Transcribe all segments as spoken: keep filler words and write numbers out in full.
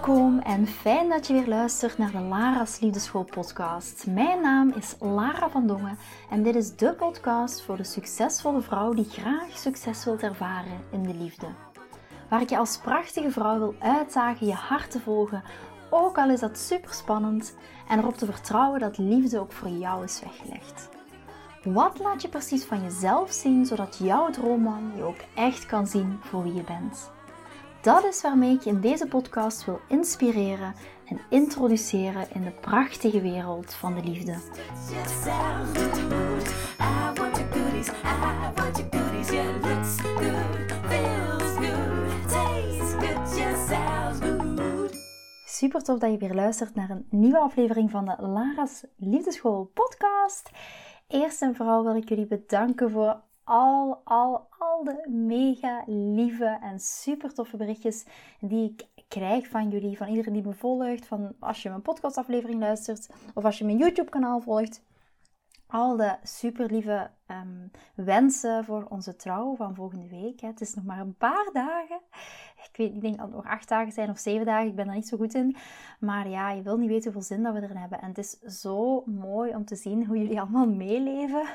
Welkom en fijn dat je weer luistert naar de Lara's Liefdeschool podcast. Mijn naam is Lara van Dongen en dit is de podcast voor de succesvolle vrouw die graag succes wilt ervaren in de liefde. Waar ik je als prachtige vrouw wil uitdagen je hart te volgen, ook al is dat super spannend, en erop te vertrouwen dat liefde ook voor jou is weggelegd. Wat laat je precies van jezelf zien, zodat jouw droomman je ook echt kan zien voor wie je bent? Dat is waarmee ik je in deze podcast wil inspireren en introduceren in de prachtige wereld van de liefde. Super tof dat je weer luistert naar een nieuwe aflevering van de Lara's Liefdeschool podcast. Eerst en vooral wil ik jullie bedanken voor al, al, al de mega lieve en super toffe berichtjes die ik krijg van jullie, van iedereen die me volgt, van als je mijn podcastaflevering luistert of als je mijn YouTube kanaal volgt. Al de super lieve um, wensen voor onze trouw van volgende week. Hè. Het is nog maar een paar dagen. Ik weet, ik denk dat het nog acht dagen zijn of zeven dagen. Ik ben daar niet zo goed in. Maar ja, je wil niet weten hoeveel zin dat we erin hebben. En het is zo mooi om te zien hoe jullie allemaal meeleven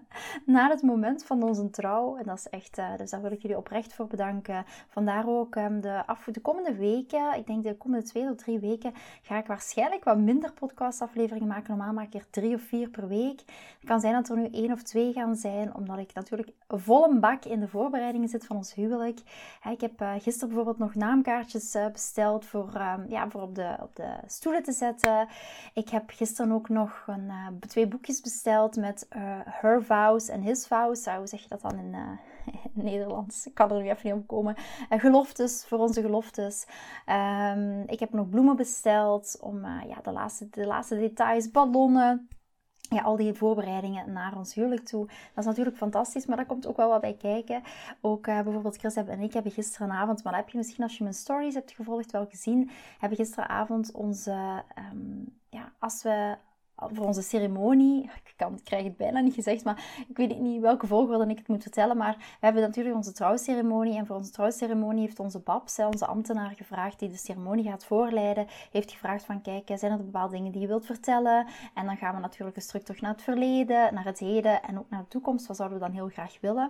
na het moment van onze trouw. En dat is echt, uh, dus daar wil ik jullie oprecht voor bedanken. Vandaar ook um, de, af, de komende weken, ik denk de komende twee tot drie weken, ga ik waarschijnlijk wat minder podcastafleveringen maken. Normaal maak ik er drie of vier per week. Het kan zijn dat er nu één of twee gaan zijn, omdat ik natuurlijk vol een bak in de voorbereidingen zit van ons huwelijk. Ik heb uh, gisteren bijvoorbeeld nog naamkaartjes uh, besteld voor, uh, ja, voor op, de, op de stoelen te zetten. Ik heb gisteren ook nog een, uh, twee boekjes besteld met uh, Her Vows en His Vows. Uh, hoe zeg je dat dan in, uh, in Nederlands? Ik kan er nu even niet op komen. Uh, geloftes, voor onze geloftes. Um, ik heb nog bloemen besteld om uh, ja, de, laatste, de laatste details, ballonnen. Ja, al die voorbereidingen naar ons huwelijk toe. Dat is natuurlijk fantastisch, maar daar komt ook wel wat bij kijken. Ook uh, bijvoorbeeld Chris en ik hebben gisteravond, maar dat heb je misschien als je mijn stories hebt gevolgd wel gezien, hebben gisteravond onze, um, ja, als we... voor onze ceremonie, ik, kan, ik krijg het bijna niet gezegd, maar ik weet niet welke volgorde ik het moet vertellen, maar we hebben natuurlijk onze trouwceremonie en voor onze trouwceremonie heeft onze babs, onze ambtenaar gevraagd die de ceremonie gaat voorleiden, heeft gevraagd van kijk, zijn er bepaalde dingen die je wilt vertellen? En dan gaan we natuurlijk een stuk terug naar het verleden, naar het heden en ook naar de toekomst, wat zouden we dan heel graag willen?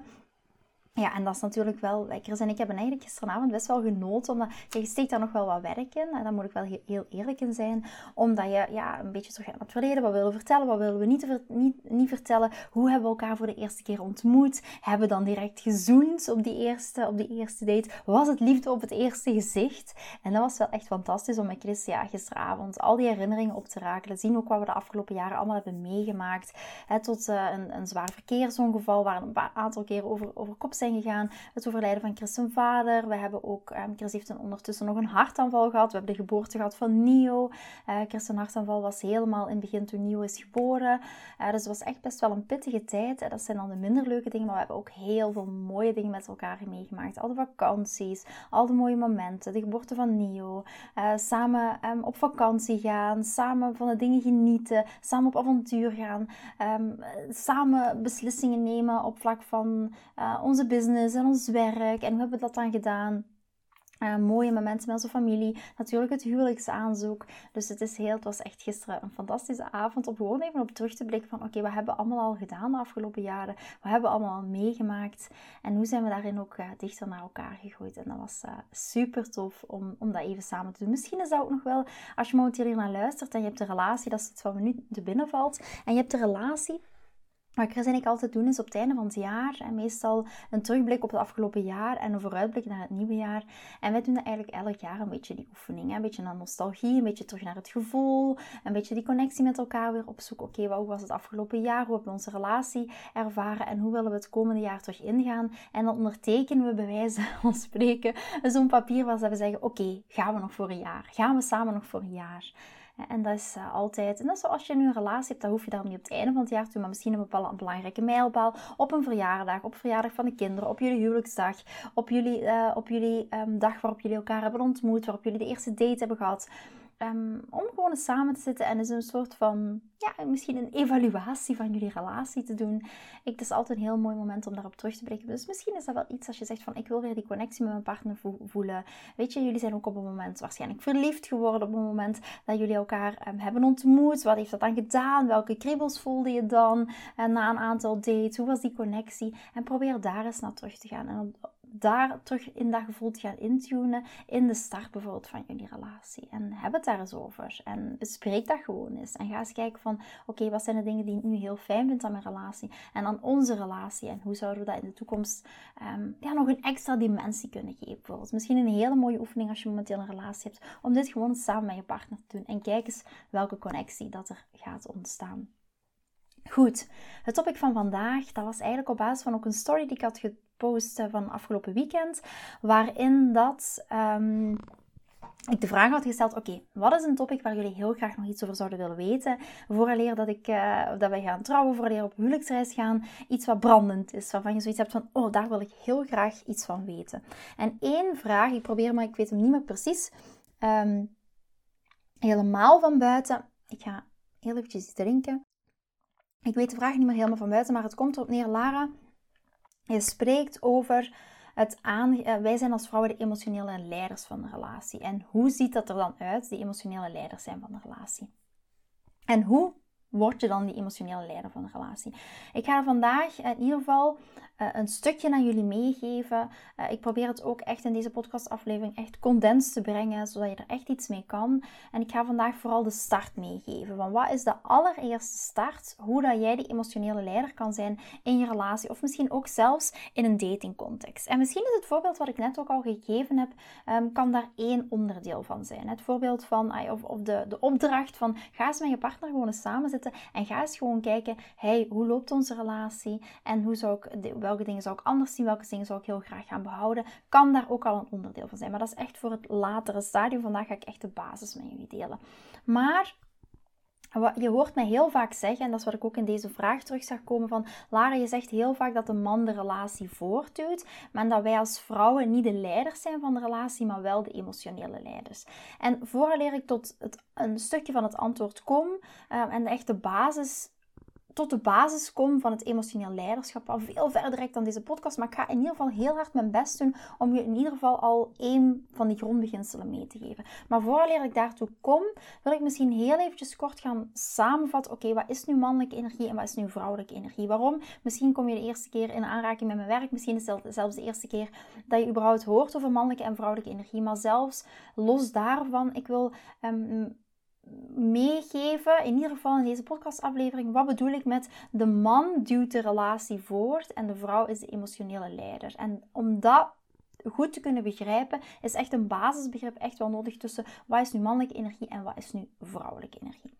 Ja, en dat is natuurlijk wel... Chris en ik hebben eigenlijk gisteravond best wel genoten, omdat je steekt daar nog wel wat werk in. En daar moet ik wel heel eerlijk in zijn. Omdat je ja, een beetje terug gaat naar het verleden. Wat willen we vertellen? Wat willen we niet, niet, niet vertellen? Hoe hebben we elkaar voor de eerste keer ontmoet? Hebben we dan direct gezoend op die eerste, op die eerste date? Was het liefde op het eerste gezicht? En dat was wel echt fantastisch om met Chris ja, gisteravond al die herinneringen op te rakelen. Zien ook wat we de afgelopen jaren allemaal hebben meegemaakt. Hè, tot uh, een, een zwaar verkeersongeval, waar een paar aantal keren over, over kop zijn gegaan. Het overlijden van Chris zijn vader. We hebben ook, um, Chris heeft een, ondertussen nog een hartaanval gehad. We hebben de geboorte gehad van Nio. Uh, Chris zijn hartaanval was helemaal in het begin toen Nio is geboren. Uh, dus het was echt best wel een pittige tijd. Uh, dat zijn dan de minder leuke dingen, maar we hebben ook heel veel mooie dingen met elkaar meegemaakt. Al de vakanties, al de mooie momenten, de geboorte van Nio. Uh, samen um, op vakantie gaan, samen van de dingen genieten, samen op avontuur gaan, um, samen beslissingen nemen op vlak van uh, onze business en ons werk. En hoe hebben we dat dan gedaan? Uh, mooie momenten met onze familie. Natuurlijk het huwelijksaanzoek. Dus het, is heel, het was echt gisteren een fantastische avond om gewoon even op terug te blikken van oké, okay, wat hebben we allemaal al gedaan de afgelopen jaren? Wat hebben we allemaal al meegemaakt? En hoe zijn we daarin ook uh, dichter naar elkaar gegooid? En dat was uh, super tof om, om dat even samen te doen. Misschien is dat ook nog wel, als je momenteel hier naar luistert en je hebt de relatie, dat is iets wat me nu te binnen valt. En je hebt de relatie. Wat Chris en ik altijd doen is op het einde van het jaar en meestal een terugblik op het afgelopen jaar en een vooruitblik naar het nieuwe jaar. En wij doen dat eigenlijk elk jaar een beetje die oefening. Hè? Een beetje naar nostalgie, een beetje terug naar het gevoel, een beetje die connectie met elkaar weer opzoeken. Oké, okay, hoe was het afgelopen jaar? Hoe hebben we onze relatie ervaren? En hoe willen we het komende jaar terug ingaan? En dan ondertekenen we bij wijze van spreken zo'n papier waar ze zeggen, oké, okay, gaan we nog voor een jaar? Gaan we samen nog voor een jaar? En dat is uh, altijd, en dat is zoals je nu een relatie hebt, dan hoef je daar niet op het einde van het jaar te doen, maar misschien een bepaalde belangrijke mijlpaal, op een verjaardag, op verjaardag van de kinderen, op jullie huwelijksdag, op jullie, uh, op jullie um, dag waarop jullie elkaar hebben ontmoet, waarop jullie de eerste date hebben gehad. um, om gewoon eens samen te zitten en eens een soort van, ja, misschien een evaluatie van jullie relatie te doen. Ik, het is altijd een heel mooi moment om daarop terug te blikken. Dus misschien is dat wel iets als je zegt van, ik wil weer die connectie met mijn partner vo- voelen. Weet je, jullie zijn ook op een moment waarschijnlijk verliefd geworden, op een moment dat jullie elkaar um, hebben ontmoet. Wat heeft dat dan gedaan? Welke kriebels voelde je dan en na een aantal dates? Hoe was die connectie? En probeer daar eens naar terug te gaan en op, daar terug in dat gevoel te gaan intunen in de start bijvoorbeeld van jullie relatie. En heb het daar eens over. En bespreek dat gewoon eens. En ga eens kijken van, oké, okay, wat zijn de dingen die ik nu heel fijn vind aan mijn relatie en aan onze relatie. En hoe zouden we dat in de toekomst um, ja, nog een extra dimensie kunnen geven. Bijvoorbeeld misschien een hele mooie oefening als je momenteel een relatie hebt, om dit gewoon samen met je partner te doen. En kijk eens welke connectie dat er gaat ontstaan. Goed, het topic van vandaag, dat was eigenlijk op basis van ook een story die ik had gepost van afgelopen weekend, waarin dat um, ik de vraag had gesteld, oké, okay, wat is een topic waar jullie heel graag nog iets over zouden willen weten, vooraleer dat, ik, uh, dat wij gaan trouwen, vooraleer op huwelijksreis gaan, iets wat brandend is, waarvan je zoiets hebt van, oh, daar wil ik heel graag iets van weten. En één vraag, ik probeer maar, ik weet hem niet meer precies, um, helemaal van buiten, ik ga heel eventjes iets drinken. Ik weet de vraag niet meer helemaal van buiten, maar het komt erop neer, Lara, je spreekt over het aan... Wij zijn als vrouwen de emotionele leiders van de relatie. En hoe ziet dat er dan uit, die emotionele leiders zijn van de relatie? En hoe word je dan die emotionele leider van de relatie? Ik ga vandaag in ieder geval uh, een stukje aan jullie meegeven. Uh, ik probeer het ook echt in deze podcastaflevering echt condens te brengen, zodat je er echt iets mee kan. En ik ga vandaag vooral de start meegeven. Van wat is de allereerste start? Hoe dat jij die emotionele leider kan zijn in je relatie. Of misschien ook zelfs in een datingcontext. En misschien is het voorbeeld wat ik net ook al gegeven heb, um, kan daar één onderdeel van zijn. Het voorbeeld van, uh, of, of de, de opdracht van, ga eens met je partner gewoon eens samen zitten en ga eens gewoon kijken, hey, hoe loopt onze relatie? En hoe zou ik, welke dingen zou ik anders zien? Welke dingen zou ik heel graag gaan behouden? Kan daar ook al een onderdeel van zijn. Maar dat is echt voor het latere stadium. Vandaag ga ik echt de basis met jullie delen. Maar je hoort mij heel vaak zeggen, en dat is wat ik ook in deze vraag terug zag komen van, Lara, je zegt heel vaak dat de man de relatie voortduwt, maar dat wij als vrouwen niet de leiders zijn van de relatie, maar wel de emotionele leiders. En vooraleer ik tot het, een stukje van het antwoord kom, uh, en de echte basis, tot de basis kom van het emotioneel leiderschap, al veel verder direct dan deze podcast, maar ik ga in ieder geval heel hard mijn best doen om je in ieder geval al één van die grondbeginselen mee te geven. Maar vooraleer ik daartoe kom, wil ik misschien heel eventjes kort gaan samenvatten, oké, okay, wat is nu mannelijke energie en wat is nu vrouwelijke energie? Waarom? Misschien kom je de eerste keer in aanraking met mijn werk, misschien is het zelfs de eerste keer dat je überhaupt hoort over mannelijke en vrouwelijke energie, maar zelfs los daarvan, ik wil Um, meegeven, in ieder geval in deze podcastaflevering, wat bedoel ik met de man duwt de relatie voort en de vrouw is de emotionele leider. En om dat goed te kunnen begrijpen, is echt een basisbegrip echt wel nodig tussen wat is nu mannelijke energie en wat is nu vrouwelijke energie.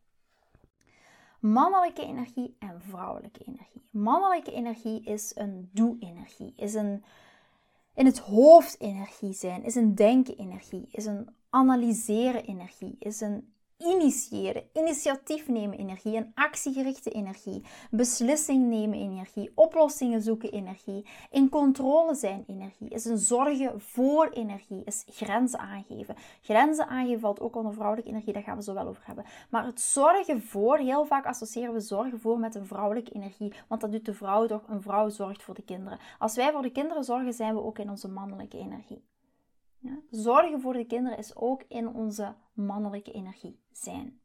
Mannelijke energie en vrouwelijke energie. Mannelijke energie is een doe-energie, is een in het hoofd energie zijn, is een denken-energie, is een analyseren-energie, is een initiëren, initiatief nemen energie, een actiegerichte energie, beslissing nemen energie, oplossingen zoeken energie, in controle zijn energie, is een zorgen voor energie, is grenzen aangeven. Grenzen aangeven valt ook onder vrouwelijke energie, daar gaan we zo wel over hebben. Maar het zorgen voor, heel vaak associëren we zorgen voor met een vrouwelijke energie, want dat doet de vrouw toch, een vrouw zorgt voor de kinderen. Als wij voor de kinderen zorgen, zijn we ook in onze mannelijke energie. Ja? Zorgen voor de kinderen is ook in onze mannelijke energie zijn.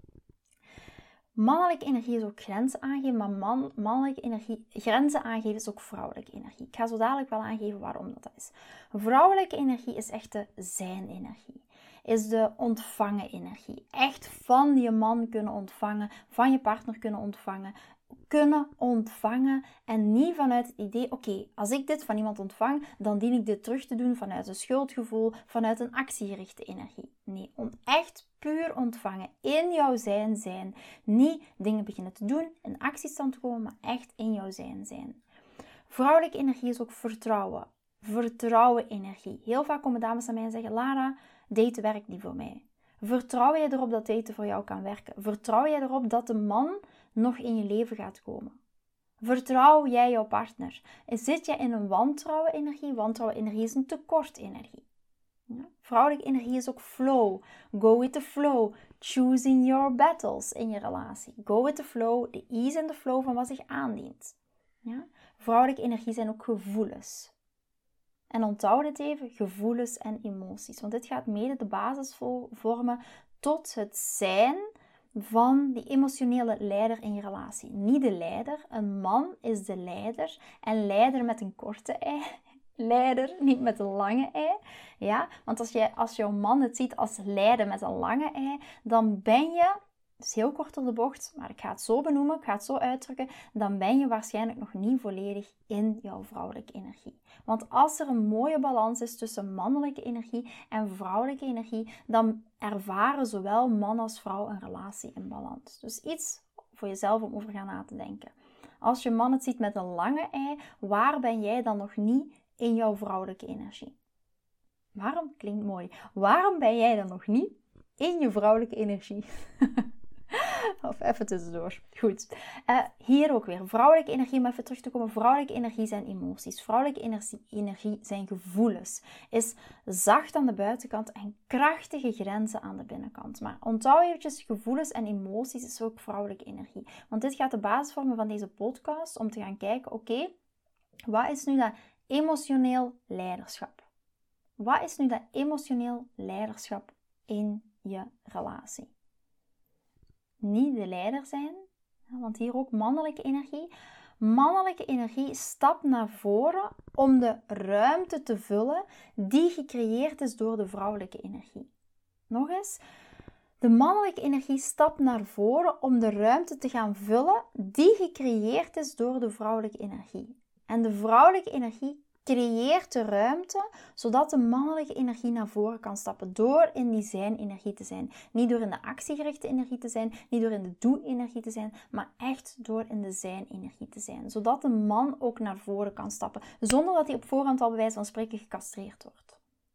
Mannelijke energie is ook grenzen aangeven, maar man, mannelijke energie, grenzen aangeven is ook vrouwelijke energie. Ik ga zo dadelijk wel aangeven waarom dat is. Vrouwelijke energie is echt de zijn-energie. Is de ontvangen energie. Echt van je man kunnen ontvangen, van je partner kunnen ontvangen. Kunnen ontvangen en niet vanuit het idee, oké, okay, als ik dit van iemand ontvang, dan dien ik dit terug te doen vanuit een schuldgevoel, vanuit een actiegerichte energie. Nee, om echt puur ontvangen, in jouw zijn zijn. Niet dingen beginnen te doen, in actiestand te komen, maar echt in jouw zijn zijn. Vrouwelijke energie is ook vertrouwen. Vertrouwen energie. Heel vaak komen dames aan mij en zeggen, Lara, daten werkt niet voor mij. Vertrouw je erop dat daten voor jou kan werken? Vertrouw je erop dat de man nog in je leven gaat komen? Vertrouw jij jouw partner? Zit jij in een wantrouwen energie? Wantrouwen energie is een tekort energie. Ja? Vrouwelijke energie is ook flow. Go with the flow. Choosing your battles in je relatie. Go with the flow. De ease en de flow van wat zich aandient. Ja? Vrouwelijke energie zijn ook gevoelens. En onthoud dit even, gevoelens en emoties. Want dit gaat mede de basis vormen tot het zijn van die emotionele leider in je relatie. Niet de leider, een man is de leider. En leider met een korte ei. Leider, niet met een lange ei. Ja? Want als, jij, als jouw man het ziet als leider met een lange ei, dan ben je, het is heel kort op de bocht, maar ik ga het zo benoemen, ik ga het zo uitdrukken, dan ben je waarschijnlijk nog niet volledig in jouw vrouwelijke energie. Want als er een mooie balans is tussen mannelijke energie en vrouwelijke energie, dan ervaren zowel man als vrouw een relatie in balans. Dus iets voor jezelf om over gaan na te denken. Als je man het ziet met een lange ei, waar ben jij dan nog niet in jouw vrouwelijke energie? Waarom? Klinkt mooi. Waarom ben jij dan nog niet in je vrouwelijke energie? Of even tussendoor. Goed. Uh, hier ook weer. Vrouwelijke energie, om even terug te komen. Vrouwelijke energie zijn emoties. Vrouwelijke energie, energie zijn gevoelens. Is zacht aan de buitenkant en krachtige grenzen aan de binnenkant. Maar onthoud eventjes, gevoelens en emoties is ook vrouwelijke energie. Want dit gaat de basis vormen van deze podcast. Om te gaan kijken, oké, okay, wat is nu dat emotioneel leiderschap? Wat is nu dat emotioneel leiderschap in je relatie? Niet de leider zijn, want hier ook mannelijke energie. Mannelijke energie stapt naar voren om de ruimte te vullen die gecreëerd is door de vrouwelijke energie. Nog eens, de mannelijke energie stapt naar voren om de ruimte te gaan vullen die gecreëerd is door de vrouwelijke energie. En de vrouwelijke energie creëert de ruimte, zodat de mannelijke energie naar voren kan stappen. Door in die zijn-energie te zijn. Niet door in de actiegerichte energie te zijn, niet door in de doe-energie te zijn, maar echt door in de zijn-energie te zijn. Zodat de man ook naar voren kan stappen, zonder dat hij op voorhand al bij wijze van spreken gecastreerd wordt.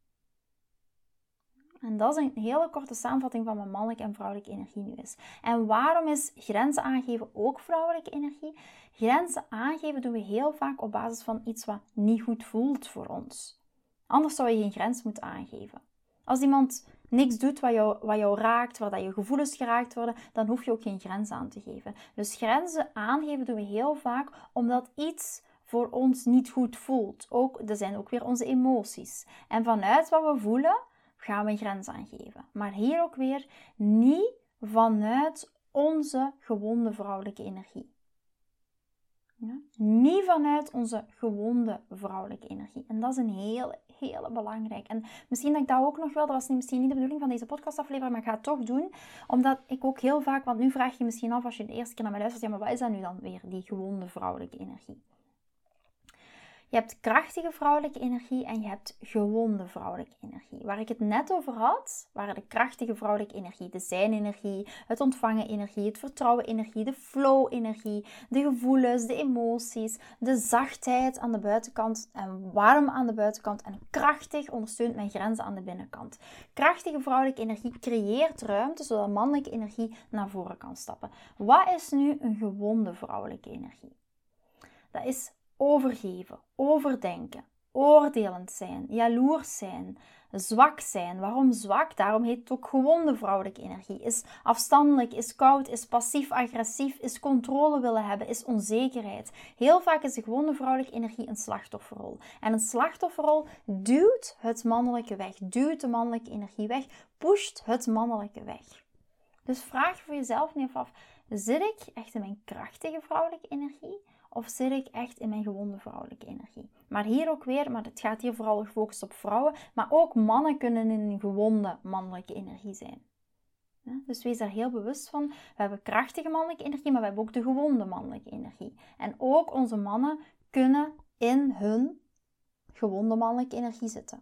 En dat is een hele korte samenvatting van wat mannelijke en vrouwelijke energie nu is. En waarom is grenzen aangeven ook vrouwelijke energie? Grenzen aangeven doen we heel vaak op basis van iets wat niet goed voelt voor ons. Anders zou je geen grens moeten aangeven. Als iemand niks doet wat jou, wat jou raakt, waar dat je gevoelens geraakt worden, dan hoef je ook geen grens aan te geven. Dus grenzen aangeven doen we heel vaak omdat iets voor ons niet goed voelt. Ook, dat zijn ook weer onze emoties. En vanuit wat we voelen gaan we een grens aangeven. Maar hier ook weer niet vanuit onze gewonde vrouwelijke energie. Ja? Niet vanuit onze gewonde vrouwelijke energie. En dat is een hele, hele belangrijk. En misschien dat ik dat ook nog wel, dat was misschien niet de bedoeling van deze podcastaflevering, maar ik ga het toch doen. Omdat ik ook heel vaak, want nu vraag je misschien af als je de eerste keer naar mij luistert, ja, maar wat is dat nu dan weer, die gewonde vrouwelijke energie? Je hebt krachtige vrouwelijke energie en je hebt gewonde vrouwelijke energie. Waar ik het net over had, waren de krachtige vrouwelijke energie, de zijn-energie, het ontvangen-energie, het vertrouwen-energie, de flow-energie, de gevoelens, de emoties, de zachtheid aan de buitenkant en warm aan de buitenkant en krachtig ondersteunt mijn grenzen aan de binnenkant. Krachtige vrouwelijke energie creëert ruimte zodat mannelijke energie naar voren kan stappen. Wat is nu een gewonde vrouwelijke energie? Dat is overgeven, overdenken, oordelend zijn, jaloers zijn, zwak zijn. Waarom zwak? Daarom heet het ook gewonde vrouwelijke energie. Is afstandelijk, is koud, is passief-agressief, is controle willen hebben, is onzekerheid. Heel vaak is de gewonde vrouwelijke energie een slachtofferrol. En een slachtofferrol duwt het mannelijke weg, duwt de mannelijke energie weg, pusht het mannelijke weg. Dus vraag voor jezelf nu af, zit ik echt in mijn krachtige vrouwelijke energie? Of zit ik echt in mijn gewonde vrouwelijke energie? Maar hier ook weer, maar het gaat hier vooral gefocust op vrouwen. Maar ook mannen kunnen in een gewonde mannelijke energie zijn. Ja, dus wees daar heel bewust van. We hebben krachtige mannelijke energie, maar we hebben ook de gewonde mannelijke energie. En ook onze mannen kunnen in hun gewonde mannelijke energie zitten.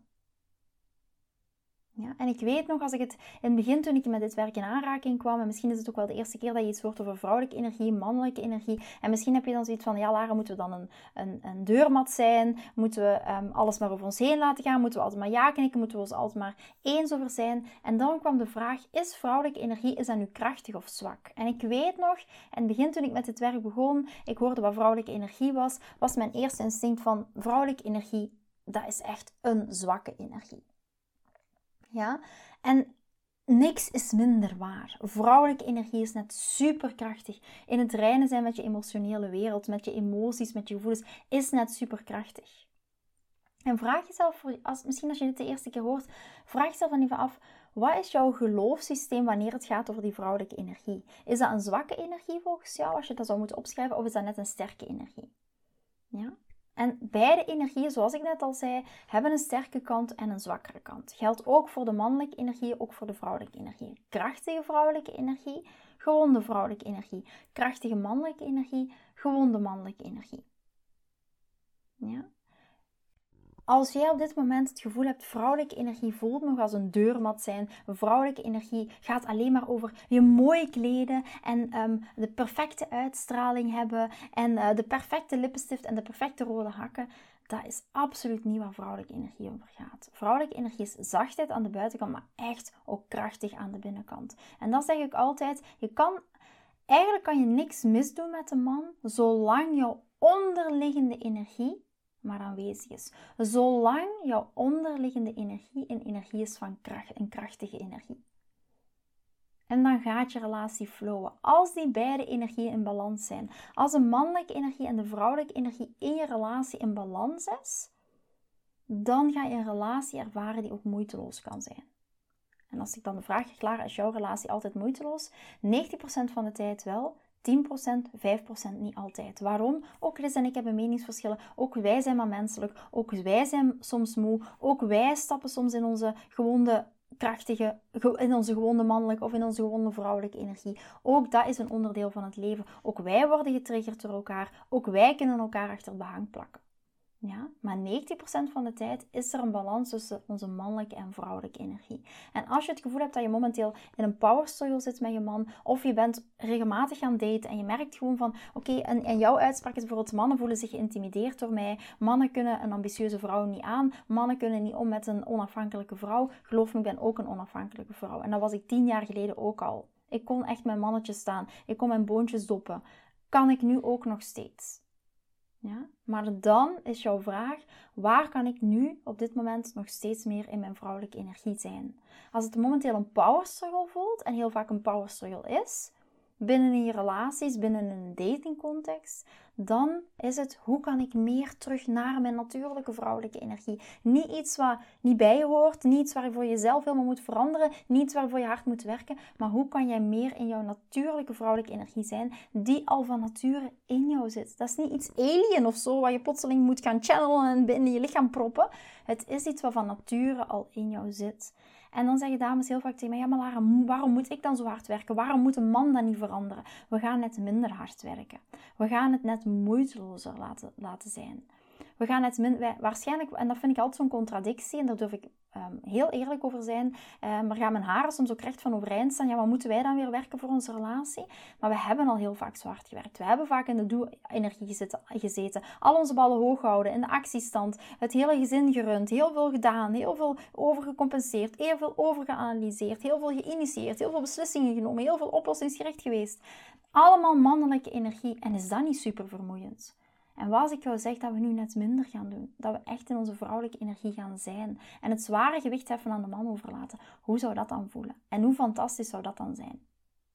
Ja, en ik weet nog, als ik het in het begin, toen ik met dit werk in aanraking kwam, en misschien is het ook wel de eerste keer dat je iets hoort over vrouwelijke energie, mannelijke energie, en misschien heb je dan zoiets van, ja Lara, moeten we dan een, een, een deurmat zijn? Moeten we um, alles maar over ons heen laten gaan? Moeten we altijd maar ja knikken? Moeten we ons altijd maar eens over zijn? En dan kwam de vraag, is vrouwelijke energie, is dat nu krachtig of zwak? En ik weet nog, in het begin toen ik met dit werk begon, ik hoorde wat vrouwelijke energie was, was mijn eerste instinct van, vrouwelijke energie, dat is echt een zwakke energie. Ja? En niks is minder waar. Vrouwelijke energie is net superkrachtig. In het reinen zijn met je emotionele wereld, met je emoties, met je gevoelens, is net superkrachtig. En vraag jezelf, als, misschien als je dit de eerste keer hoort, vraag jezelf dan even af, wat is jouw geloofssysteem wanneer het gaat over die vrouwelijke energie? Is dat een zwakke energie volgens jou, als je dat zou moeten opschrijven, of is dat net een sterke energie? Ja? En beide energieën, zoals ik net al zei, hebben een sterke kant en een zwakkere kant. Geldt ook voor de mannelijke energie, ook voor de vrouwelijke energie. Krachtige vrouwelijke energie, gewonde vrouwelijke energie. Krachtige mannelijke energie, gewonde mannelijke energie. Ja? Als jij op dit moment het gevoel hebt, vrouwelijke energie voelt nog als een deurmat zijn. Vrouwelijke energie gaat alleen maar over je mooi kleden en um, de perfecte uitstraling hebben en uh, de perfecte lippenstift en de perfecte rode hakken. Dat is absoluut niet waar vrouwelijke energie over gaat. Vrouwelijke energie is zachtheid aan de buitenkant, maar echt ook krachtig aan de binnenkant. En dat zeg ik altijd, je kan, eigenlijk kan je niks misdoen met een man, zolang jouw onderliggende energie maar aanwezig is. Zolang jouw onderliggende energie een energie is van kracht, een krachtige energie. En dan gaat je relatie flowen. Als die beide energieën in balans zijn. Als de mannelijke energie en de vrouwelijke energie in je relatie in balans is, dan ga je een relatie ervaren die ook moeiteloos kan zijn. En als ik dan de vraag krijg, Lara, is jouw relatie altijd moeiteloos? negentig procent van de tijd wel. tien procent, vijf procent niet altijd. Waarom? Ook Liz en ik hebben meningsverschillen. Ook wij zijn maar menselijk. Ook wij zijn soms moe. Ook wij stappen soms in onze gewonde, krachtige, in onze gewonde mannelijke of in onze gewonde vrouwelijke energie. Ook dat is een onderdeel van het leven. Ook wij worden getriggerd door elkaar. Ook wij kunnen elkaar achter het behang plakken. Ja, maar negentig procent van de tijd is er een balans tussen onze mannelijke en vrouwelijke energie. En als je het gevoel hebt dat je momenteel in een power struggle zit met je man, of je bent regelmatig gaan daten en je merkt gewoon van, oké, okay, en, en jouw uitspraak is bijvoorbeeld, mannen voelen zich geïntimideerd door mij, mannen kunnen een ambitieuze vrouw niet aan, mannen kunnen niet om met een onafhankelijke vrouw. Geloof me, ik ben ook een onafhankelijke vrouw. En dat was ik tien jaar geleden ook al. Ik kon echt mijn mannetjes staan, ik kon mijn boontjes doppen. Kan ik nu ook nog steeds. Ja? Maar dan is jouw vraag, waar kan ik nu op dit moment nog steeds meer in mijn vrouwelijke energie zijn? Als het momenteel een power struggle voelt, en heel vaak een power struggle is, binnen je relaties, binnen een datingcontext, dan is het, hoe kan ik meer terug naar mijn natuurlijke vrouwelijke energie? Niet iets wat niet bij je hoort, niet iets waar je voor jezelf helemaal moet veranderen, niet iets waarvoor je hard moet werken, maar hoe kan jij meer in jouw natuurlijke vrouwelijke energie zijn, die al van nature in jou zit? Dat is niet iets alien of zo, waar je plotseling moet gaan channelen en binnen je lichaam proppen. Het is iets wat van nature al in jou zit. En dan zeggen dames heel vaak tegen mij, ja maar Lara, waarom moet ik dan zo hard werken? Waarom moet een man dan niet veranderen? We gaan net minder hard werken. We gaan het net moeitelozer laten, laten zijn. We gaan het min, wij, waarschijnlijk, en dat vind ik altijd zo'n contradictie, en daar durf ik um, heel eerlijk over zijn, um, maar gaan mijn haren soms ook recht van overeind staan. Ja, wat moeten wij dan weer werken voor onze relatie? Maar we hebben al heel vaak zo hard gewerkt. We hebben vaak in de doe-energie gezeten, gezeten, al onze ballen hoog houden, in de actiestand, het hele gezin gerund, heel veel gedaan, heel veel overgecompenseerd, heel veel overgeanalyseerd, heel veel geïnitieerd, heel veel beslissingen genomen, heel veel oplossingsgericht geweest. Allemaal mannelijke energie, en is dat niet super vermoeiend? En wat als ik jou zeg dat we nu net minder gaan doen? Dat we echt in onze vrouwelijke energie gaan zijn. En het zware gewicht even aan de man overlaten. Hoe zou dat dan voelen? En hoe fantastisch zou dat dan zijn?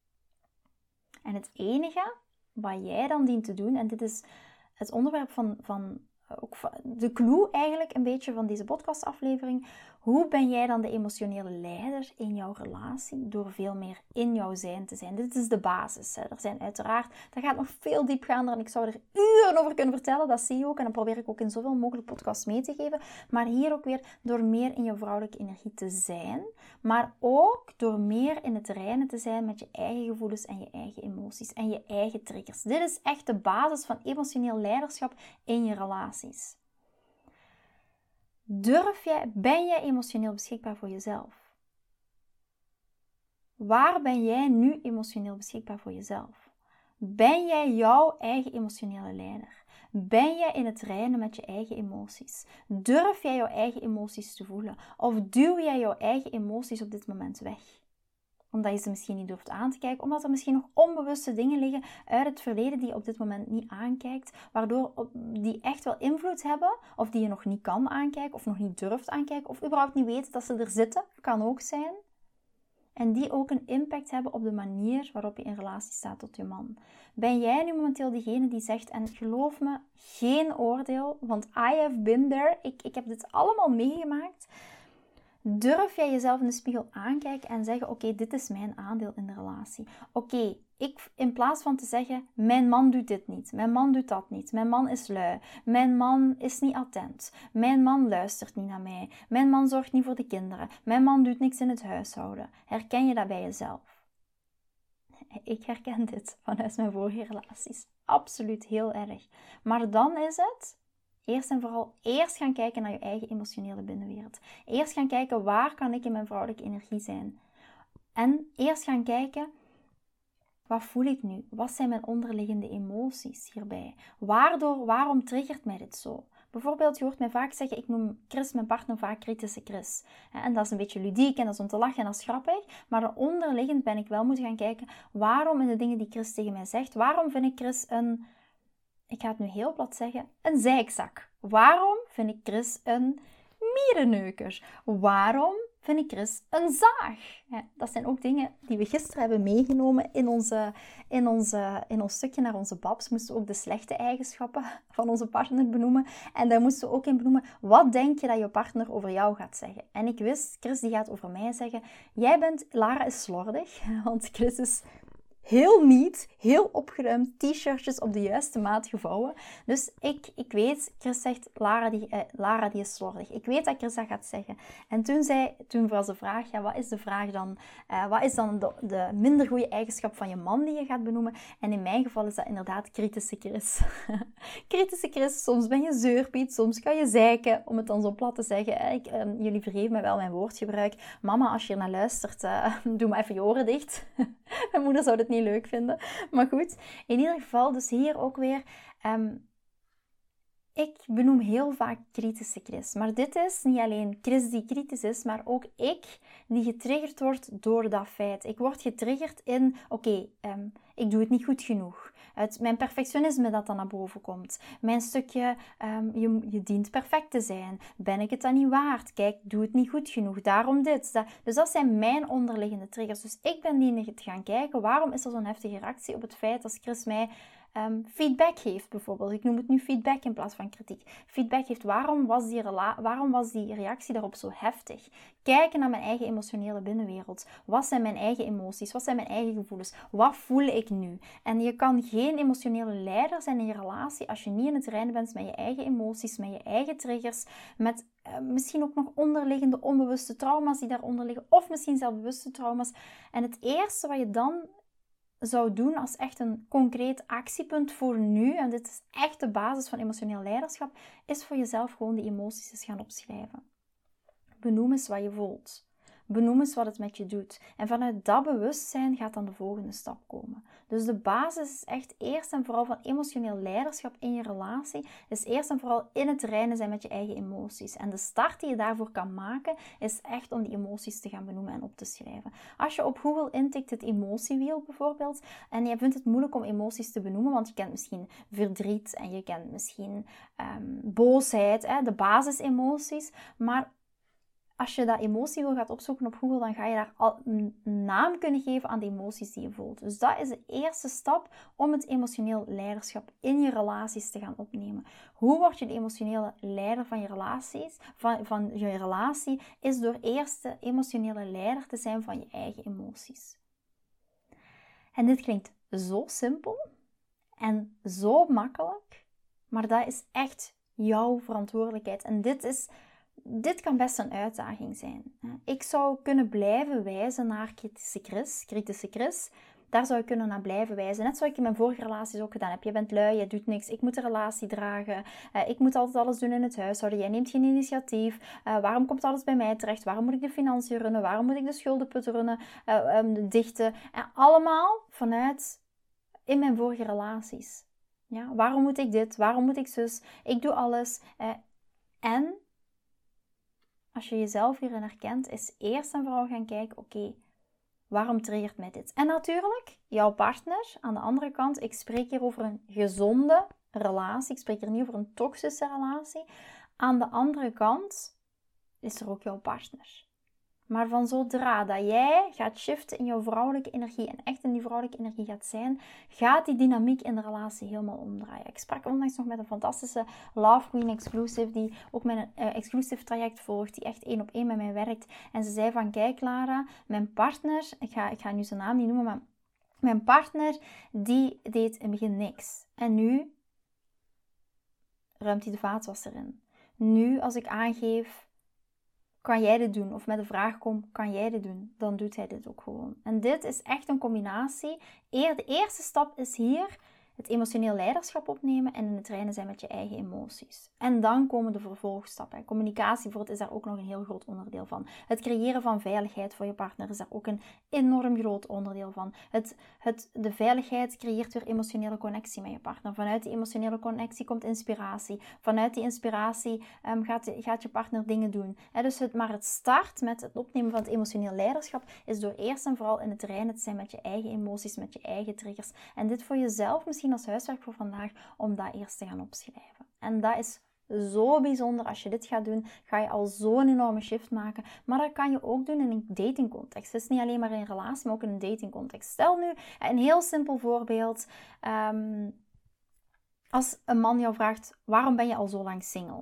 En het enige wat jij dan dient te doen, en dit is het onderwerp van, van ook de clue eigenlijk een beetje van deze podcastaflevering. Hoe ben jij dan de emotionele leider in jouw relatie? Door veel meer in jouw zijn te zijn. Dit is de basis. Hè. Er zijn uiteraard, dat gaat nog veel diepgaander en ik zou er uren over kunnen vertellen. Dat zie je ook en dat probeer ik ook in zoveel mogelijk podcasts mee te geven. Maar hier ook weer door meer in je vrouwelijke energie te zijn. Maar ook door meer in het reinen te zijn met je eigen gevoelens en je eigen emoties en je eigen triggers. Dit is echt de basis van emotioneel leiderschap in je relaties. Durf jij, ben jij emotioneel beschikbaar voor jezelf? Waar ben jij nu emotioneel beschikbaar voor jezelf? Ben jij jouw eigen emotionele leider? Ben jij in het reinen met je eigen emoties? Durf jij jouw eigen emoties te voelen? Of duw jij jouw eigen emoties op dit moment weg? Omdat je ze misschien niet durft aan te kijken. Omdat er misschien nog onbewuste dingen liggen uit het verleden die je op dit moment niet aankijkt. Waardoor die echt wel invloed hebben. Of die je nog niet kan aankijken. Of nog niet durft aankijken. Of überhaupt niet weet dat ze er zitten. Kan ook zijn. En die ook een impact hebben op de manier waarop je in relatie staat tot je man. Ben jij nu momenteel diegene die zegt, en geloof me, geen oordeel. Want I have been there. Ik, ik heb dit allemaal meegemaakt. Durf jij jezelf in de spiegel aankijken en zeggen, oké, okay, dit is mijn aandeel in de relatie. Oké, okay, ik in plaats van te zeggen, mijn man doet dit niet, mijn man doet dat niet, mijn man is lui, mijn man is niet attent, mijn man luistert niet naar mij, mijn man zorgt niet voor de kinderen, mijn man doet niks in het huishouden. Herken je dat bij jezelf? Ik herken dit vanuit mijn vorige relaties. Absoluut heel erg. Maar dan is het eerst en vooral eerst gaan kijken naar je eigen emotionele binnenwereld. Eerst gaan kijken, waar kan ik in mijn vrouwelijke energie zijn? En eerst gaan kijken, wat voel ik nu? Wat zijn mijn onderliggende emoties hierbij? Waardoor, waarom triggert mij dit zo? Bijvoorbeeld, je hoort mij vaak zeggen, ik noem Chris, mijn partner, vaak kritische Chris. En dat is een beetje ludiek en dat is om te lachen en dat is grappig. Maar onderliggend ben ik wel moeten gaan kijken, waarom in de dingen die Chris tegen mij zegt, waarom vind ik Chris een, ik ga het nu heel plat zeggen, een zeikzak? Waarom vind ik Chris een mierenneuker? Waarom vind ik Chris een zaag? Ja, dat zijn ook dingen die we gisteren hebben meegenomen in, onze, in, onze, in ons stukje naar onze babs. Moesten we ook de slechte eigenschappen van onze partner benoemen. En daar moesten we ook in benoemen, wat denk je dat je partner over jou gaat zeggen? En ik wist, Chris die gaat over mij zeggen, jij bent, Lara is slordig, want Chris is heel neat, heel opgeruimd, t-shirtjes op de juiste maat gevouwen. Dus ik, ik weet, Chris zegt, Lara die, eh, Lara die is slordig. Ik weet dat Chris dat gaat zeggen. En toen, zei, toen was de vraag, ja, wat is de vraag dan? Uh, wat is dan de, de minder goede eigenschap van je man die je gaat benoemen? En in mijn geval is dat inderdaad kritische Chris. Kritische Chris, soms ben je zeurpiet, soms kan je zeiken, om het dan zo plat te zeggen. Ik, uh, jullie vergeven me wel mijn woordgebruik. Mama, als je er naar luistert, uh, doe maar even je oren dicht. Mijn moeder zou dit niet leuk vinden. Maar goed, in ieder geval, dus hier ook weer. Um, ik benoem heel vaak kritische Chris. Maar dit is niet alleen Chris die kritisch is, maar ook ik die getriggerd wordt door dat feit. Ik word getriggerd in, oké, okay, um, ik doe het niet goed genoeg. Het, mijn perfectionisme dat dan naar boven komt. Mijn stukje, um, je, je dient perfect te zijn. Ben ik het dan niet waard? Kijk, doe het niet goed genoeg. Daarom dit. Dat. Dus dat zijn mijn onderliggende triggers. Dus ik ben die te gaan kijken. Waarom is er zo'n heftige reactie op het feit dat Chris mij um, feedback geeft bijvoorbeeld. Ik noem het nu feedback in plaats van kritiek. Feedback geeft, waarom was die, rela- waarom was die reactie daarop zo heftig? Kijken naar mijn eigen emotionele binnenwereld. Wat zijn mijn eigen emoties? Wat zijn mijn eigen gevoelens? Wat voel ik nu? En je kan geen emotionele leider zijn in je relatie als je niet in het reinen bent met je eigen emoties, met je eigen triggers, met uh, misschien ook nog onderliggende onbewuste trauma's die daaronder liggen, of misschien zelf bewuste trauma's. En het eerste wat je dan zou doen als echt een concreet actiepunt voor nu, en dit is echt de basis van emotioneel leiderschap, is voor jezelf gewoon die emoties eens gaan opschrijven. Benoem eens wat je voelt. Benoem eens wat het met je doet. En vanuit dat bewustzijn gaat dan de volgende stap komen. Dus de basis is echt eerst en vooral van emotioneel leiderschap in je relatie. Is eerst en vooral in het reinen zijn met je eigen emoties. En de start die je daarvoor kan maken, is echt om die emoties te gaan benoemen en op te schrijven. Als je op Google intikt het emotiewiel bijvoorbeeld, en je vindt het moeilijk om emoties te benoemen, want je kent misschien verdriet en je kent misschien um, boosheid, hè, de basisemoties, maar als je dat emotiewiel gaat opzoeken op Google, dan ga je daar al een naam kunnen geven aan de emoties die je voelt. Dus dat is de eerste stap om het emotioneel leiderschap in je relaties te gaan opnemen. Hoe word je de emotionele leider van je relaties? Van, van je relatie is door eerst de emotionele leider te zijn van je eigen emoties. En dit klinkt zo simpel en zo makkelijk, maar dat is echt jouw verantwoordelijkheid. En dit is... Dit kan best een uitdaging zijn. Ik zou kunnen blijven wijzen naar kritische Chris. Kritische Chris. Daar zou ik kunnen naar blijven wijzen. Net zoals ik in mijn vorige relaties ook gedaan heb. Je bent lui, je doet niks. Ik moet de relatie dragen. Uh, ik moet altijd alles doen in het huishouden. Jij neemt geen initiatief. Uh, waarom komt alles bij mij terecht? Waarom moet ik de financiën runnen? Waarom moet ik de schuldenput runnen? Uh, um, dichten? En allemaal vanuit in mijn vorige relaties. Ja, waarom moet ik dit? Waarom moet ik zus? Ik doe alles. Uh, en... Als je jezelf hierin herkent, is eerst en vooral gaan kijken, oké, okay, Waarom triggert mij dit? En natuurlijk, jouw partner aan de andere kant. Ik spreek hier over een gezonde relatie. Ik spreek hier niet over een toxische relatie. Aan de andere kant is er ook jouw partner. Maar van zodra dat jij gaat shiften in jouw vrouwelijke energie en echt in die vrouwelijke energie gaat zijn, gaat die dynamiek in de relatie helemaal omdraaien. Ik sprak onlangs nog met een fantastische Love Queen Exclusive, die ook mijn uh, exclusive traject volgt, die echt één op één met mij werkt. En ze zei van, kijk Lara, mijn partner, ik ga, ik ga nu zijn naam niet noemen, maar mijn partner, die deed in het begin niks. En nu ruimt hij de vaatwasser in. Nu, als ik aangeef, kan jij dit doen? Of met een vraag kom, kan jij dit doen? Dan doet hij dit ook gewoon. En dit is echt een combinatie. De eerste stap is hier het emotioneel leiderschap opnemen en in het reinen zijn met je eigen emoties. En dan komen de vervolgstappen. Communicatie bijvoorbeeld is daar ook nog een heel groot onderdeel van. Het creëren van veiligheid voor je partner is daar ook een enorm groot onderdeel van. Het, het, de veiligheid creëert weer emotionele connectie met je partner. Vanuit die emotionele connectie komt inspiratie. Vanuit die inspiratie um, gaat, gaat je partner dingen doen. He, dus het, maar het start met het opnemen van het emotioneel leiderschap is door eerst en vooral in het reinen te zijn met je eigen emoties, met je eigen triggers. En dit voor jezelf misschien als huiswerk voor vandaag, om dat eerst te gaan opschrijven. En dat is zo bijzonder. Als je dit gaat doen, ga je al zo'n enorme shift maken. Maar dat kan je ook doen in een datingcontext. Het is niet alleen maar in een relatie, maar ook in een datingcontext. Stel nu een heel simpel voorbeeld. Um, als een man jou vraagt, waarom ben je al zo lang single?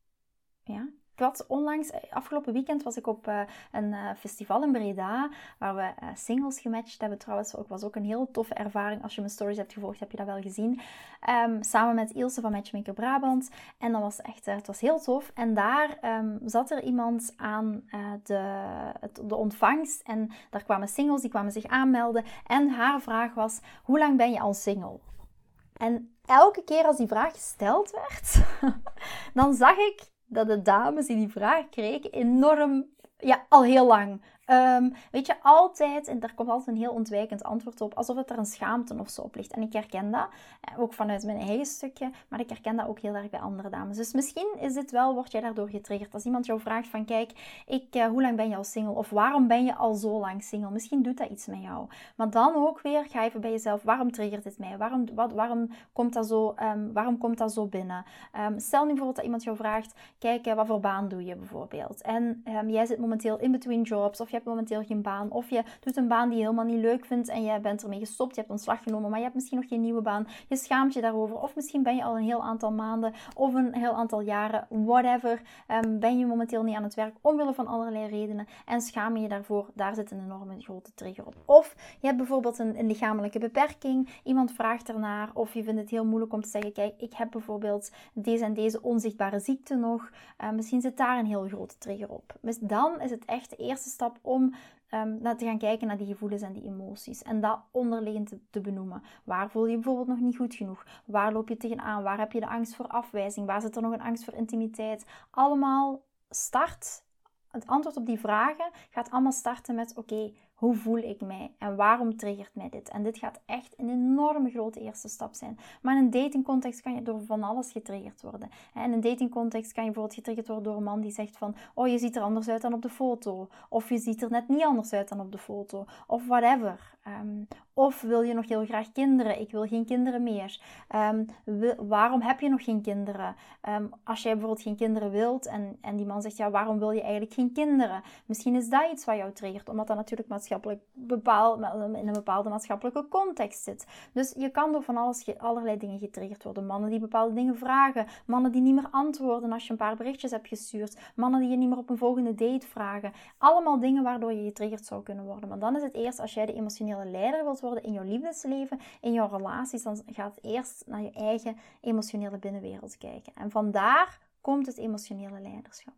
Ja? Ik had onlangs, afgelopen weekend was ik op uh, een uh, festival in Breda, waar we uh, singles gematcht hebben. Trouwens, ook was ook een heel toffe ervaring. Als je mijn stories hebt gevolgd, heb je dat wel gezien. Um, samen met Ilse van Matchmaker Brabant. En dat was echt, uh, het was heel tof. En daar um, zat er iemand aan uh, de, het, de ontvangst. En daar kwamen singles, die kwamen zich aanmelden. En haar vraag was, hoe lang ben je al single? En elke keer als die vraag gesteld werd, dan zag ik dat de dames die die vraag kregen enorm, ja, al heel lang. Um, weet je, altijd, en daar komt altijd een heel ontwijkend antwoord op, alsof het er een schaamte of zo op ligt. En ik herken dat, ook vanuit mijn eigen stukje, maar ik herken dat ook heel erg bij andere dames. Dus misschien is dit wel, word jij daardoor getriggerd. Als iemand jou vraagt van, kijk, ik, uh, hoe lang ben je al single? Of waarom ben je al zo lang single? Misschien doet dat iets met jou. Maar dan ook weer, ga even bij jezelf, waarom triggert dit mij? Waarom, wat, waarom, komt dat zo, um, waarom komt dat zo binnen? Um, stel nu bijvoorbeeld dat iemand jou vraagt, kijk, uh, wat voor baan doe je bijvoorbeeld? En um, jij zit momenteel in between jobs, of je hebt momenteel geen baan, of je doet een baan die je helemaal niet leuk vindt en je bent ermee gestopt, je hebt ontslag genomen, maar je hebt misschien nog geen nieuwe baan, je schaamt je daarover, of misschien ben je al een heel aantal maanden of een heel aantal jaren, whatever, um, ben je momenteel niet aan het werk, omwille van allerlei redenen, en schaam je je daarvoor, daar zit een enorme grote trigger op. Of je hebt bijvoorbeeld een, een lichamelijke beperking, iemand vraagt ernaar, of je vindt het heel moeilijk om te zeggen, kijk, ik heb bijvoorbeeld deze en deze onzichtbare ziekte nog, uh, misschien zit daar een heel grote trigger op. Dus dan is het echt de eerste stap om um, naar te gaan kijken naar die gevoelens en die emoties. En dat onderliggend te, te benoemen. Waar voel je bijvoorbeeld nog niet goed genoeg? Waar loop je tegenaan? Waar heb je de angst voor afwijzing? Waar zit er nog een angst voor intimiteit? Allemaal start. Het antwoord op die vragen gaat allemaal starten met, oké, okay, hoe voel ik mij? En waarom triggert mij dit? En dit gaat echt een enorme grote eerste stap zijn. Maar in een datingcontext kan je door van alles getriggerd worden. In een datingcontext kan je bijvoorbeeld getriggerd worden door een man die zegt van, oh, je ziet er anders uit dan op de foto. Of je ziet er net niet anders uit dan op de foto. Of whatever. Um, of wil je nog heel graag kinderen? Ik wil geen kinderen meer. Um, wil, waarom heb je nog geen kinderen? Um, als jij bijvoorbeeld geen kinderen wilt en, en die man zegt, ja, waarom wil je eigenlijk geen kinderen? Misschien is dat iets wat jou triggert, omdat dat natuurlijk maatschappelijk bepaald, in een bepaalde maatschappelijke context zit. Dus je kan door van alles, allerlei dingen getriggerd worden. Mannen die bepaalde dingen vragen. Mannen die niet meer antwoorden als je een paar berichtjes hebt gestuurd. Mannen die je niet meer op een volgende date vragen. Allemaal dingen waardoor je getriggerd zou kunnen worden. Maar dan is het eerst, als jij de emotionele leider wilt worden in jouw liefdesleven, in jouw relaties, dan gaat het eerst naar je eigen emotionele binnenwereld kijken. En vandaar komt het emotionele leiderschap.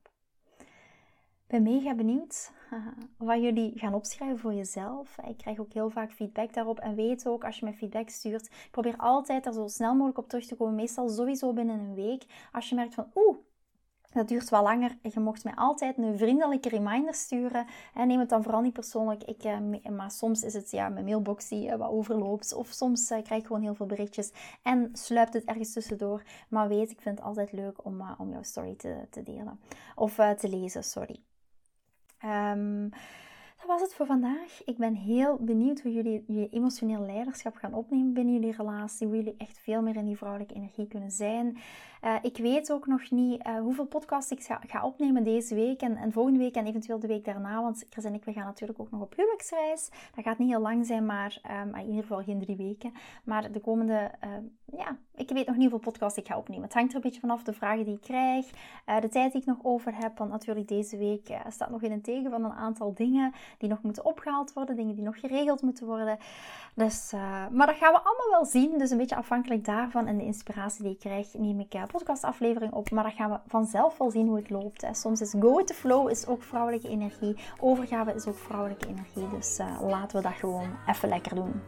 Ik ben mega benieuwd uh, wat jullie gaan opschrijven voor jezelf. Ik krijg ook heel vaak feedback daarop. En weet ook, als je me feedback stuurt, ik probeer altijd er zo snel mogelijk op terug te komen. Meestal sowieso binnen een week. Als je merkt van, oeh, dat duurt wel langer. Je mocht mij altijd een vriendelijke reminder sturen. En neem het dan vooral niet persoonlijk. Ik, uh, maar soms is het ja, mijn mailbox die uh, wat overloopt. Of soms uh, krijg ik gewoon heel veel berichtjes. En sluipt het ergens tussendoor. Maar weet, ik vind het altijd leuk om, uh, om jouw story te, te delen. Of uh, te lezen, sorry. Um, Dat was het voor vandaag. Ik ben heel benieuwd hoe jullie je emotioneel leiderschap gaan opnemen binnen jullie relatie. Hoe jullie echt veel meer in die vrouwelijke energie kunnen zijn. Uh, ik weet ook nog niet uh, hoeveel podcasts ik ga, ga opnemen deze week en, en volgende week en eventueel de week daarna. Want Chris en ik we gaan natuurlijk ook nog op huwelijksreis. Dat gaat niet heel lang zijn, maar um, in ieder geval geen drie weken. Maar de komende, uh, ja, ik weet nog niet hoeveel podcasts ik ga opnemen. Het hangt er een beetje vanaf de vragen die ik krijg. Uh, de tijd die ik nog over heb. Want natuurlijk deze week uh, staat nog in het teken van een aantal dingen die nog moeten opgehaald worden. Dingen die nog geregeld moeten worden. Dus, uh, maar dat gaan we allemaal wel zien. Dus een beetje afhankelijk daarvan en de inspiratie die ik krijg, neem ik uh, podcastaflevering op. Maar dat gaan we vanzelf wel zien hoe het loopt. Hè. Soms is go with the flow is ook vrouwelijke energie. Overgave is ook vrouwelijke energie. Dus uh, laten we dat gewoon even lekker doen.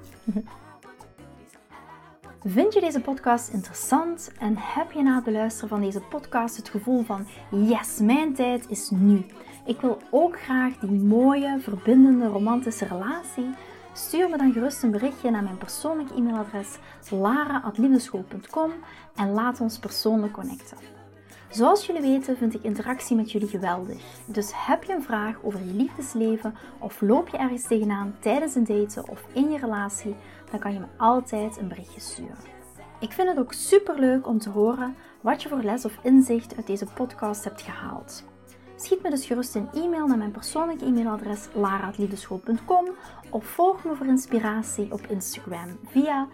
Vind je deze podcast interessant en heb je na het beluisteren van deze podcast het gevoel van yes, mijn tijd is nu. Ik wil ook graag die mooie, verbindende, romantische relatie. Stuur me dan gerust een berichtje naar mijn persoonlijke e-mailadres lara at liefdeschool punt com en laat ons persoonlijk connecten. Zoals jullie weten vind ik interactie met jullie geweldig. Dus heb je een vraag over je liefdesleven of loop je ergens tegenaan tijdens een daten of in je relatie, dan kan je me altijd een berichtje sturen. Ik vind het ook super leuk om te horen wat je voor les of inzicht uit deze podcast hebt gehaald. Schiet me dus gerust een e-mail naar mijn persoonlijke e-mailadres lara at liefdeschool punt com of volg me voor inspiratie op Instagram via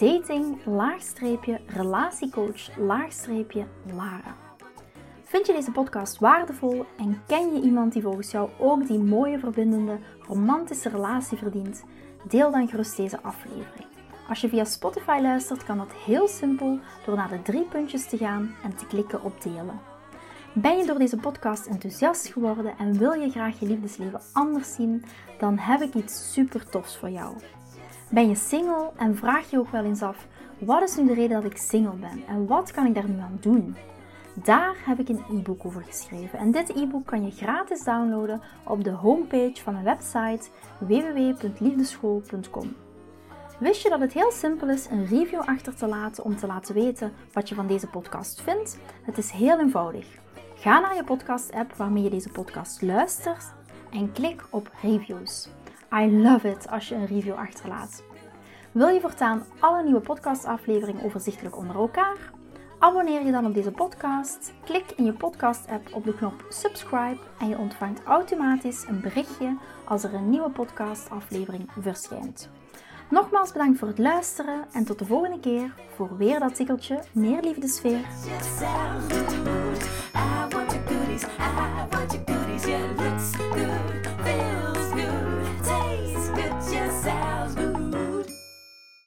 dating-relatiecoach-lara. Vind je deze podcast waardevol en ken je iemand die volgens jou ook die mooie, verbindende, romantische relatie verdient? Deel dan gerust deze aflevering. Als je via Spotify luistert, kan dat heel simpel door naar de drie puntjes te gaan en te klikken op delen. Ben je door deze podcast enthousiast geworden en wil je graag je liefdesleven anders zien, dan heb ik iets super tofs voor jou. Ben je single en vraag je ook wel eens af, wat is nu de reden dat ik single ben en wat kan ik daar nu aan doen? Daar heb ik een e-book over geschreven en dit e-book kan je gratis downloaden op de homepage van mijn website w w w punt liefdeschool punt com. Wist je dat het heel simpel is een review achter te laten om te laten weten wat je van deze podcast vindt? Het is heel eenvoudig. Ga naar je podcast-app waarmee je deze podcast luistert en klik op reviews. I love it als je een review achterlaat. Wil je voortaan alle nieuwe podcastafleveringen overzichtelijk onder elkaar? Abonneer je dan op deze podcast, klik in je podcast-app op de knop subscribe en je ontvangt automatisch een berichtje als er een nieuwe podcastaflevering verschijnt. Nogmaals bedankt voor het luisteren en tot de volgende keer voor weer dat tikkeltje meer liefdesfeer.